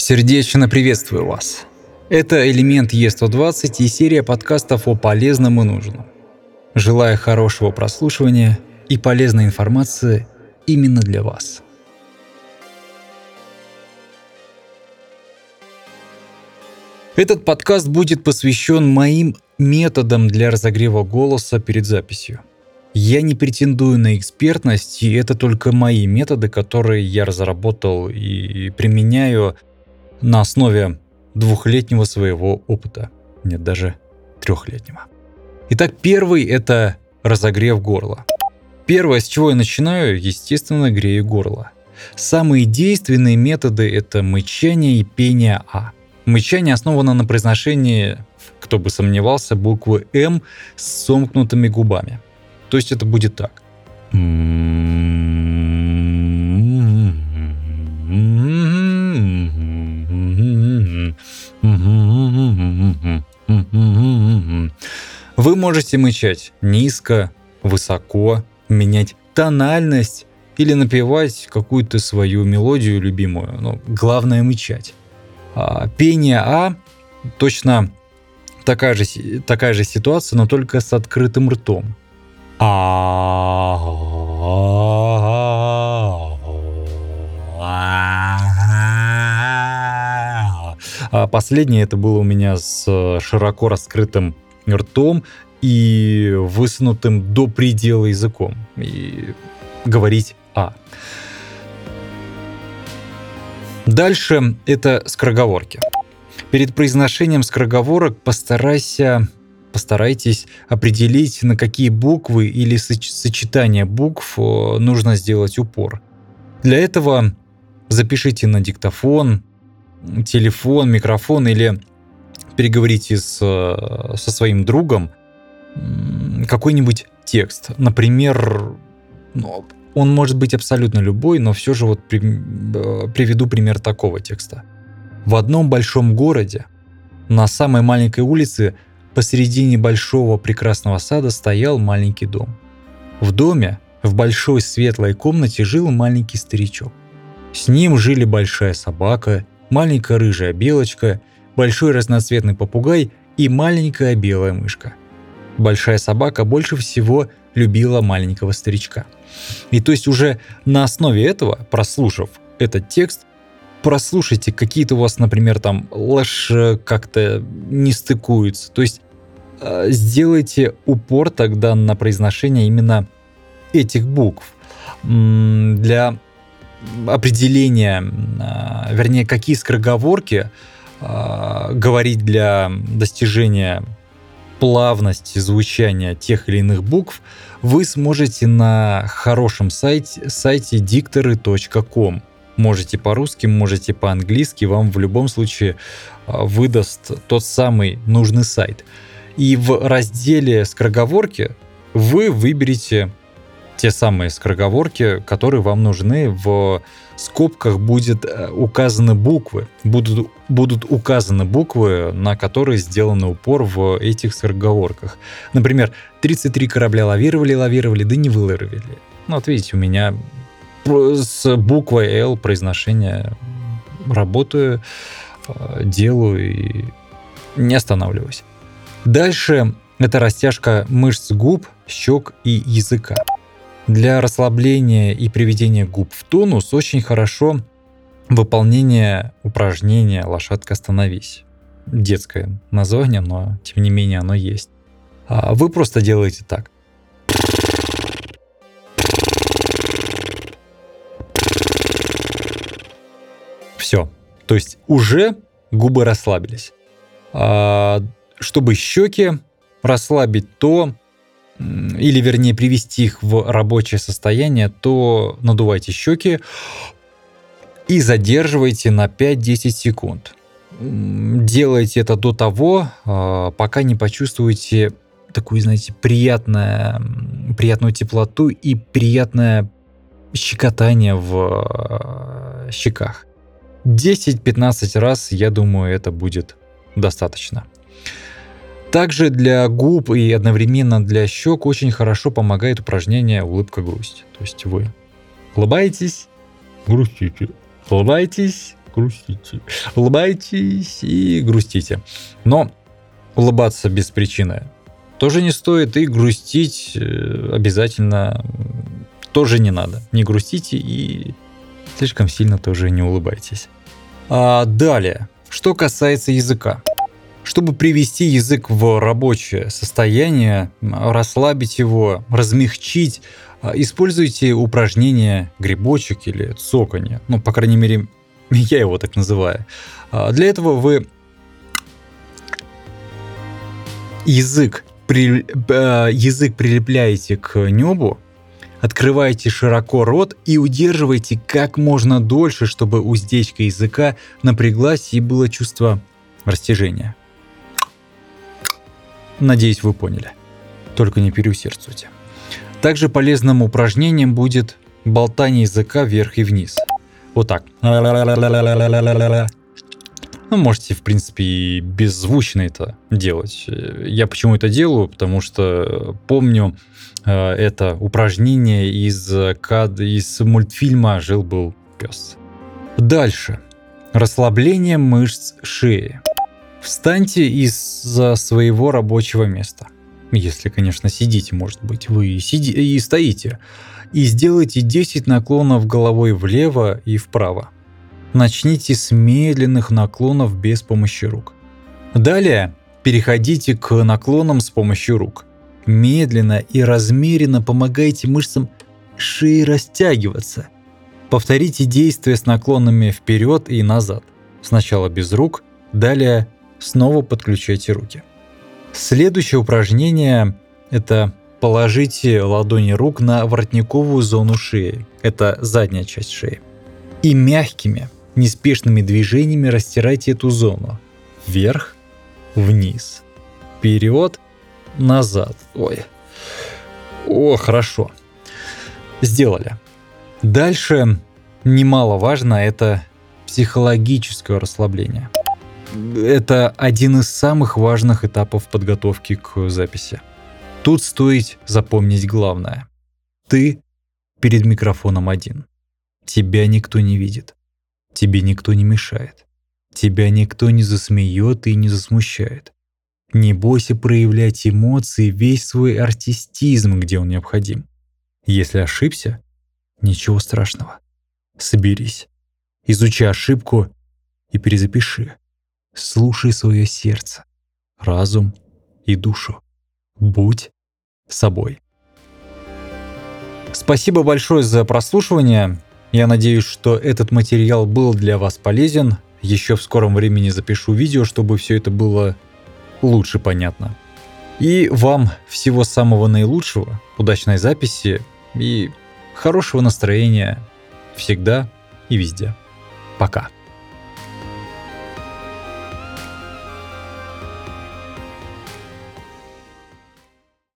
Сердечно приветствую вас. Это «Элемент Е120» и серия подкастов о полезном и нужном. Желаю хорошего прослушивания и полезной информации именно для вас. Этот подкаст будет посвящен моим методам для разогрева голоса перед записью. Я не претендую на экспертность, и это только мои методы, которые я разработал и применяю на основе 2-летнего своего опыта. Нет, даже 3-летнего. Итак, первый — это разогрев горла. Первое, с чего я начинаю, естественно, грею горло. Самые действенные методы — это мычание и пение «а». Мычание основано на произношении, кто бы сомневался, буквы «М» с сомкнутыми губами. То есть это будет так. Вы можете мычать низко, высоко, менять тональность или напевать какую-то свою мелодию любимую. Но главное — мычать. Пение «а» точно такая же ситуация, но только с открытым ртом. Последнее это было у меня с широко раскрытым ртом и высунутым до предела языком. И говорить «а». Дальше это скороговорки. Перед произношением скороговорок постарайтесь определить, на какие буквы или сочетания букв нужно сделать упор. Для этого запишите на диктофон, телефон, микрофон или переговорите со своим другом какой-нибудь текст. Например, он может быть абсолютно любой, но все же приведу пример такого текста. В одном большом городе на самой маленькой улице посередине большого прекрасного сада стоял маленький дом. В доме, в большой светлой комнате жил маленький старичок. С ним жили большая собака, маленькая рыжая белочка, большой разноцветный попугай и маленькая белая мышка. Большая собака больше всего любила маленького старичка. И то есть уже на основе этого, прослушав этот текст, прослушайте, какие-то у вас, например, там как-то не стыкуются. То есть сделайте упор тогда на произношение именно этих букв. Для определения, вернее, какие скороговорки говорить для достижения плавности звучания тех или иных букв, вы сможете на хорошем сайте dictory.com. Можете по-русски, можете по-английски, вам в любом случае выдаст тот самый нужный сайт. И в разделе «Скороговорки» вы выберете те самые скороговорки, которые вам нужны. В скобках будут указаны буквы, на которые сделаны упор в этих скороговорках. Например, 33 корабля лавировали, да не вылавировали. Вот видите, у меня с буквой «Л» произношение работаю, делаю и не останавливаюсь. Дальше это растяжка мышц губ, щек и языка. Для расслабления и приведения губ в тонус очень хорошо выполнение упражнения «Лошадка, остановись». Детское название, но тем не менее оно есть. Вы просто делаете так. Все. То есть уже губы расслабились. Чтобы щеки расслабить, или вернее привести их в рабочее состояние, то надувайте щеки и задерживайте на 5-10 секунд. Делайте это до того, пока не почувствуете такую, знаете, приятную теплоту и приятное щекотание в щеках. 10-15 раз, я думаю, это будет достаточно. Также для губ и одновременно для щек очень хорошо помогает упражнение «Улыбка-грусть». То есть вы улыбаетесь, грустите, улыбаетесь, грустите. Улыбайтесь и грустите. Но улыбаться без причины тоже не стоит, и грустить обязательно тоже не надо. Не грустите и слишком сильно тоже не улыбайтесь. Далее, что касается языка. Чтобы привести язык в рабочее состояние, расслабить его, размягчить, используйте упражнение грибочек или цоканье. Ну, по крайней мере, я его так называю. Для этого вы язык прилепляете к небу, открываете широко рот и удерживаете как можно дольше, чтобы уздечка языка напряглась и было чувство растяжения. Надеюсь, вы поняли. Только не переусердствуйте. Также полезным упражнением будет болтание языка вверх и вниз. Вот так. Можете, в принципе, и беззвучно это делать. Я почему это делаю? Потому что помню это упражнение из мультфильма «Жил-был пес». Дальше. Расслабление мышц шеи. Встаньте из-за своего рабочего места. Если, конечно, сидите, может быть, вы и стоите. И сделайте 10 наклонов головой влево и вправо. Начните с медленных наклонов без помощи рук. Далее переходите к наклонам с помощью рук. Медленно и размеренно помогайте мышцам шеи растягиваться. Повторите действие с наклонами вперед и назад. Сначала без рук, далее снова подключайте руки. Следующее упражнение – это положите ладони рук на воротниковую зону шеи. Это задняя часть шеи. И мягкими, неспешными движениями растирайте эту зону. Вверх, вниз, вперед, назад. Хорошо. Сделали. Дальше немаловажно это психологическое расслабление. Это один из самых важных этапов подготовки к записи. Тут стоит запомнить главное. Ты перед микрофоном один. Тебя никто не видит. Тебе никто не мешает. Тебя никто не засмеет и не засмущает. Не бойся проявлять эмоции, весь свой артистизм, где он необходим. Если ошибся, ничего страшного. Соберись, изучи ошибку и перезапиши. Слушай свое сердце, разум и душу. Будь собой. Спасибо большое за прослушивание. Я надеюсь, что этот материал был для вас полезен. Еще в скором времени запишу видео, чтобы все это было лучше понятно. И вам всего самого наилучшего, удачной записи и хорошего настроения всегда и везде. Пока.